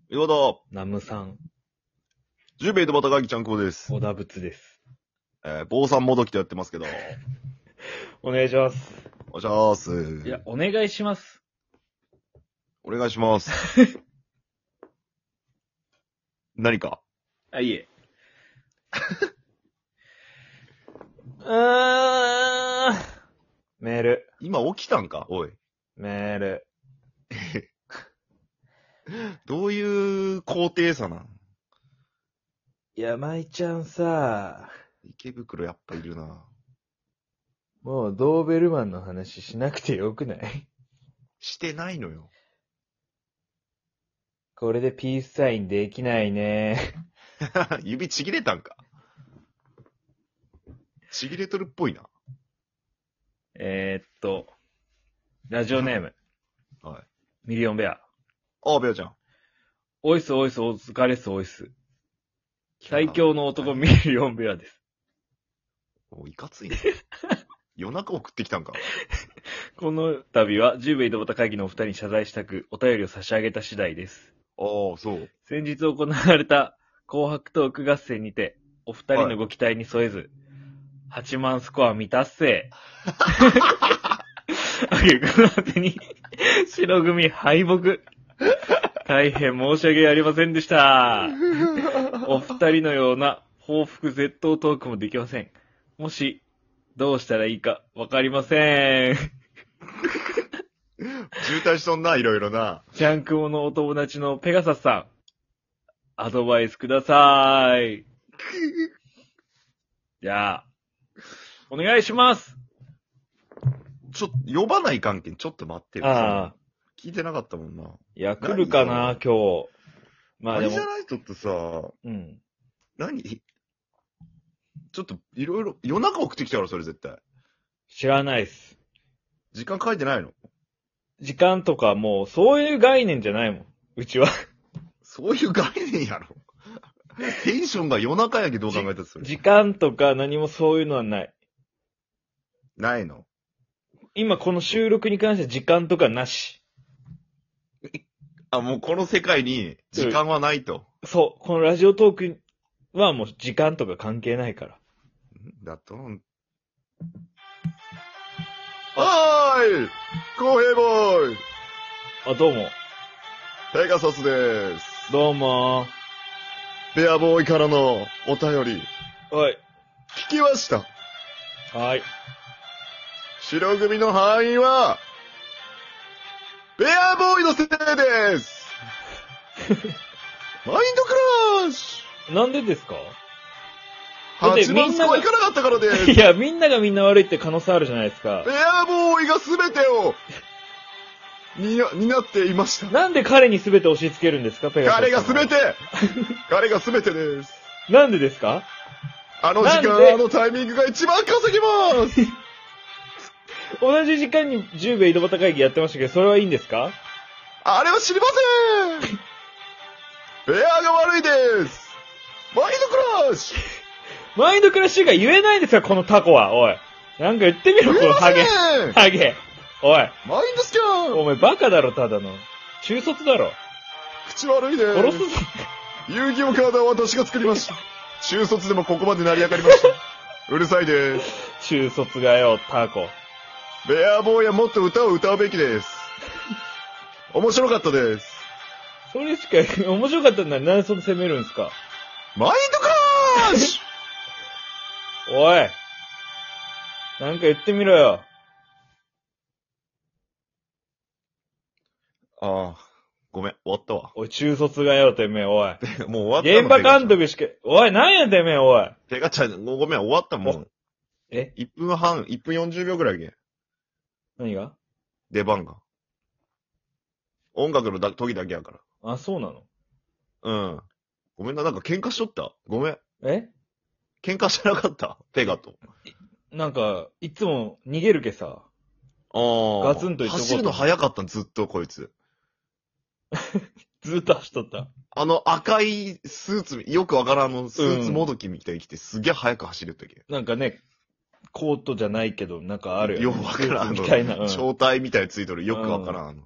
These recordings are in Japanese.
岩田、 ナムさん、 ジュベイとバタガキちゃんこです。 小田仏です。 坊さんもどきとやってますけど。 お願いします。 お願いします。 いや、お願いします。 お願いします。何かあ、いえ。メール。 今起きたんかおい。 メール。 どういう高低差なんいや、舞ちゃんさ、 池袋やっぱいるな。 もうドーベルマンの話しなくてよくない？ してないのよ。 これでピースサインできないね。 指ちぎれたんかちぎれとるっぽいな。 ラジオネーム、 はい。 ミリオンベア。 あ、ベアちゃん。 おいすおいすお疲れっすおいす。最強の男ミリオンベアです。 おいかついね。夜中送ってきたんか。 この度は、ジューベイドボタ会議のお二人に謝罪したく、お便りを差し上げた次第です。 ああ、そう。 先日行われた紅白トーク合戦にて、お二人のご期待に添えず、8万スコア未達成。あげくの果てに、白組敗北。大変申し訳ありませんでした。お二人のような報復絶倒トークもできません。もし、どうしたらいいかわかりません。 渋滞しとんな、いろいろな。 ジャンクモのお友達のペガサスさん、アドバイスください。じゃあ、お願いします。 呼ばない関係ちょっと待ってよ。 ああ。 聞いてなかったもんな。 いや、来るかな、今日。まあでもあれじゃ。ないとってさ、 うん。 何ちょっと、いろいろ、夜中送ってきたから、それ絶対。 知らないっす。 時間書いてないの時間とかもう、そういう概念じゃないもん。うちは。 そういう概念やろ。テンションが夜中やけどう考えたってそれ。 時間とか何もそういうのはない。 ないの今この収録に関して時間とかなし。 あ、もうこの世界に時間はないと。 そう。このラジオトークはもう時間とか関係ないから。 だと。はーい公平ボーイあ、どうも。 ペガサスです。 どうも。 ベアボーイからのお便り、 はい。 聞きました。 はい。 白組の敗因は、ベアボーイのせいですマインドクラッシなんでですか？ ュだって !8 万スコアいかなかったからですいや、みんながみんな悪いって可能性あるじゃないですか。 ベアボーイが全てを担っていました。 なんで彼に全て押し付けるんですか、ペガサスさんは。 彼が全てですなんでですか？ あの時なんで間、あのタイミングが一番稼ぎます同じ時間に10秒井戸端会議やってましたけど、それはいいんですか？ あれは知りませんベアが悪いですマインドクラッシュマインドクラッシュが言えないんですか、このタコは。おい。なんか言ってみろ、このハゲ。ハゲ。おい。 マインドスキャンお前バカだろ、ただの。中卒だろ。 口悪いです殺すぞ。 遊戯王カードは私が作りました。中卒でもここまで成り上がりました。うるさいです。 中卒がよ、タコ。 ベアボーイはもっと歌を歌うべきです。面白かったです。 それしか、面白かったんだら何でそんな責めるんですか？ マインドクラッシュおい。なんか言ってみろよ。 ああ、ごめん、終わったわ。 おい、中卒がよ、てめえ、おい。 もう終わったの。 現場監督しか、おい、なんやてめえ、おい。 ペガちゃん、もうごめん、終わったもん。 え 1分半、1分40秒ぐらいで、 何が？ 出番が。音楽の時だけやかあ、そうなの？ ら。うん。ごめんな、なんか喧嘩しとったごめん。 え喧嘩してなかったペガと。 なんか、いつも逃げるけさ。 ああ。 ガツンと言っとこうと走るの早かったずっとこいつ。 ずっと走っとった。 あの赤いスーツ、よくわからんスーツもどきみたいに着てすげえ早く走るったけ。 なんかね、コートじゃないけど、なんかあるよね。 よくわからん。 みたいな。うん超体みたいについとる。よくわからん。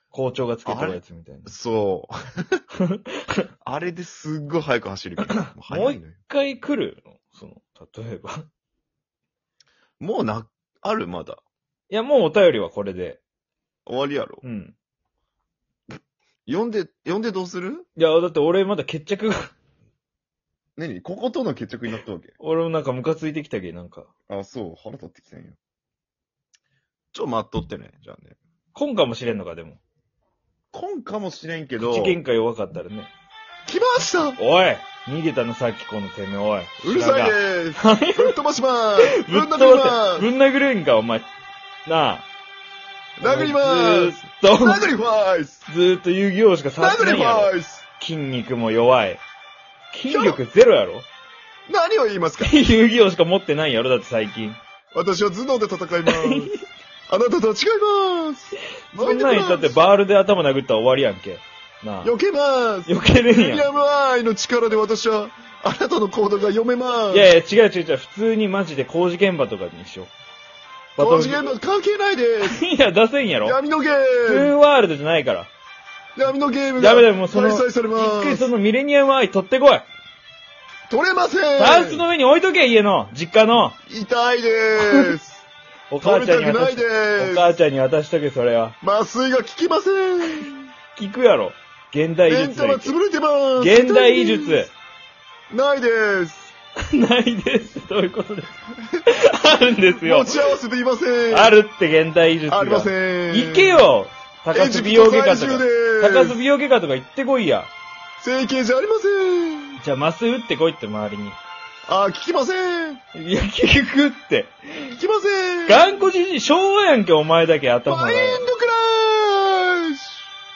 校長がつけてるやつみたいな。 そう。あれですっごい速く走るけど。もうも速いのよ。 う一回来るの例えば。 もうあるまだ。 いや、もうお便りはこれで。 終わりやろ。 うん。 呼んでどうする？ いや、だって俺まだ決着が、 何こことの決着になったわけ？ 俺もなんかムカついてきたけど、なんか。 あ、そう。腹立ってきたんよ。待っとってね。じゃあね。 来んかもしれんのか、でも。 来んかもしれんけど。 口喧嘩弱かったらね。 来ました！ おい逃げたのさっきこのてめえ、おい。 うるさいでーす。ぶっ飛ばしまーす。 ぶっ飛ばぶん殴りませ。ぶん殴るんか、お前。なあ。 す。殴りまーす。 ずーっと、 殴りまーす。 ずーっと遊戯王しか触って殴りないやろ。 まーす。 筋肉も弱い。筋力ゼロやろ。 何を言いますか？ 遊戯王しか持ってないやろ、だって最近。 私は頭脳で戦います。あなたとは違います。 そんなん言ったってバールで頭殴ったら終わりやんけ。なあ。 避けます。 避けれんミディやアムアイの力で私は、あなたの行動が読めます。 ん。いやいや、違う。普通にマジで工事現場とかにしよう。 工事現場関係ないです。 いや、出せんやろ。 闇のゲトゥーム。 ーワールドじゃないから。 闇のゲームがダメだよ、もうその、 開催されま一回そす。 のミレニアムアイ取ってこい。 取れません。 タンスの上に置いとけ、家の、実家の。 痛いでーす。 お母ちゃんに取りたくない渡しおでーす。 母ちゃんに渡しとけ、それは。 麻酔が効きません。 聞くやろ。現代メンタルは技術だ潰れてます。 現代技術。 ないです。 ないです。どういうことですか？あるんですよ持。ち合わせていません。 あるって現代技術が。 ありません。 行けよ高須美容外科とか。高須美容。 容外科とか行ってこいや。 整形じゃありません。 じゃあ麻酔打ってこいって周りに。 あ、効きません。 いや、聞くって。 効きません。 頑固じじい、昭和やんけ、お前だけ頭が。 マインドクラッシュ。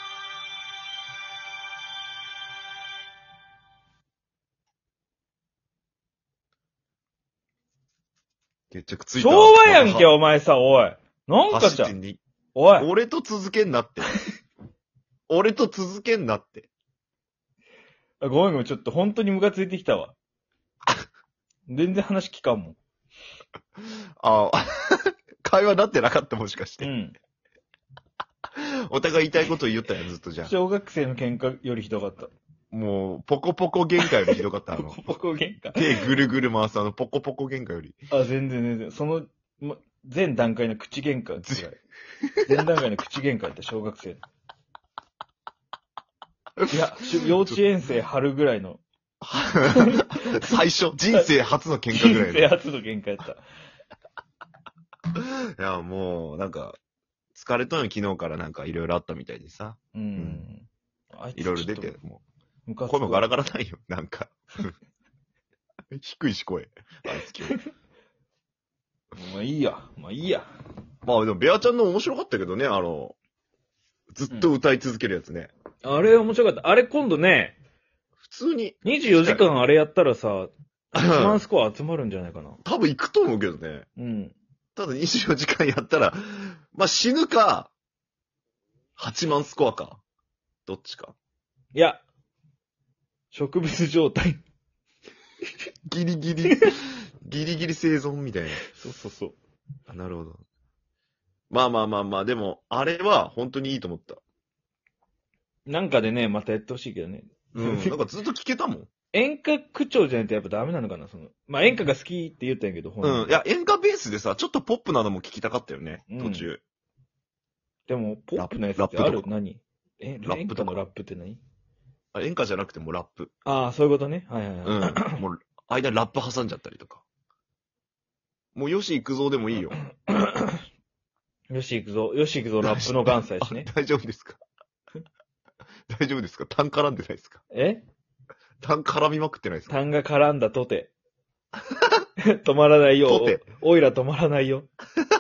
決着ついた。 昭和やんけ、お前さ、おい。なんかじゃ、おい。 俺と続けんなって。俺と続けんなって。 ごめん、ちょっと本当にムカついてきたわ。全然話聞かんもん。 ああ、会話なってなかったもしかして。 うん。 お互い言いたいこと言ったやん、ずっとじゃあ。 小学生の喧嘩よりひどかった。 もう、ポコポコ喧嘩よりひどかった、 ポコポコ喧嘩。 手ぐるぐる回すポコポコ喧嘩より。 あ、全然。その、前段階の口喧嘩ぐらい。前段階の口喧嘩やった、小学生。いや、幼稚園生春ぐらいの。 最初、人生初の喧嘩ぐらいの。 人生初の喧嘩やった。 いや、もう、なんか、疲れとんよ、昨日からなんかいろいろあったみたいでさ。いろいろ出て、もう、声もガラガラないよ、なんか。低いし声。あいつ今日。 まあいいや。まあでも、ベアちゃんの面白かったけどね、ずっと歌い続けるやつね。 あれ面白かった。あれ今度ね、 普通に。 24時間あれやったらさ、1万スコア集まるんじゃないかな。 多分行くと思うけどね。 うん。 ただ24時間やったら、まあ、死ぬか、8万スコアか。どっちか。 いや、植物状態。 ギリギリ生存みたいな。 そう。 あ、なるほど。まあ、でも、あれは本当にいいと思った。 なんかでね、またやってほしいけどね。 なんかずっと聞けたもん。 演歌口調じゃないとやっぱダメなのかな、まあ演歌が好きって言ったんやけど、 いや、演歌ベースでさ、ちょっとポップなのも聞きたかったよね、途中。 でも、ポップなやつってある？何？ ラップとか。 演歌のラップって何？ 演歌じゃなくてもラップ。 ああ、そういうことね。はい。 もう、間にラップ挟んじゃったりとか。もう、よし行くぞでもいいよ。 よし行くぞ、ラップの元祖やしね。 大丈夫ですか？大丈夫ですか？単絡んでないですか？単絡みまくってないですか？ 単が絡んだとて。止まらないよ。 とて。 おいら止まらないよ。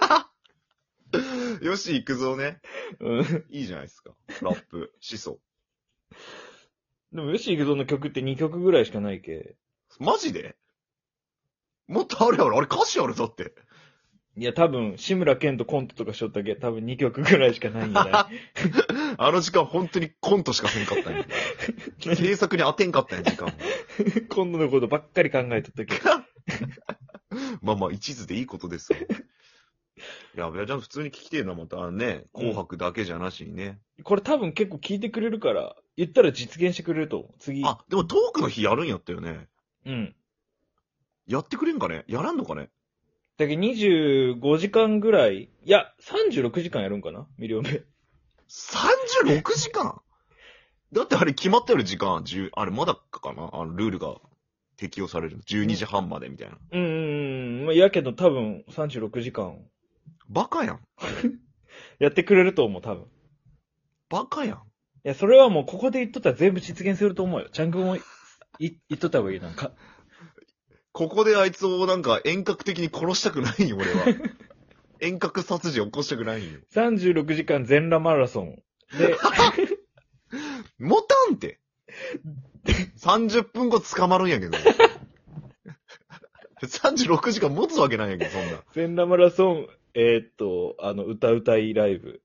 よし行くぞね。 うん。 いいじゃないですか。ラップ、思想。 でも、よし行くぞの曲って2曲ぐらいしかないけ。 マジで？もっとあるやろ。あれ歌詞あるぞって。 いや、多分、志村けんとコントとかしとったけ、多分2曲ぐらいしかないんじゃない？ あの時間本当にコントしかせんかったんや。制作に当てんかったんや、時間も。 今度のことばっかり考えとったけ。 まあ、一途でいいことですよ。 いや、ベアちゃん普通に聞きてえな、またね。紅白だけじゃなしにね。 これ多分結構聞いてくれるから、言ったら実現してくれると思う。次。 あ、でもトークの日やるんやったよね。 うん。 やってくれんかね？やらんのかね？ だけど25時間ぐらい、いや、36時間やるんかなミリオン目。 36時間だってあれ決まったより時間、あれまだかなルールが適用される。12時半までみたいな。 まあ、やけど多分36時間。 バカやん。 やってくれると思う、多分。 バカやん。 いや、それはもうここで言っとったら全部実現すると思うよ。ちゃんくんも言っとった方がいい、なんか。 ここであいつをなんか遠隔的に殺したくないよ、俺は。遠隔殺人起こしたくないよ。 36時間全裸マラソン。で、 持たんて。30分後捕まるんやけど。36時間持つわけないんやけど、そんな。 全裸マラソン、歌いライブ。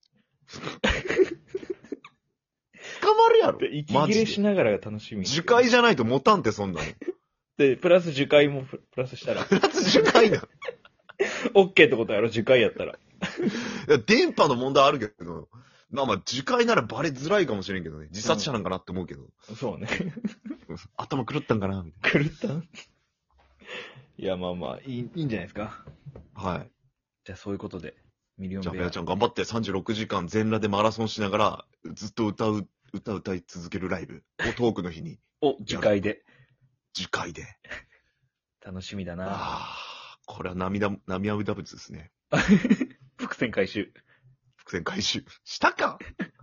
捕まるやろ。 で、息切れしながらが楽しみ。 樹海じゃないと持たんて、そんなの。 で、プラス樹海もプラスしたら。 プラス樹海だ。 オッケーってことやろ、樹海やったら。 いや、電波の問題あるけど、まあ、樹海ならバレづらいかもしれんけどね。自殺者なんかなって思うけど。 そうね。 頭狂ったんかなみたい狂ったいや、まあまあ、いいんじゃないですか。 な。はい。 じゃあそういうことで、ミリオンじゃあ、 ベア。 ベアちゃん頑張って36時間全裸でマラソンしながら、ずっと歌い続けるライブをトークの日に。 樹海で。 樹海で。 楽しみだな。 ああ、これは涙物ですね。 伏線回収。 伏線回収。したか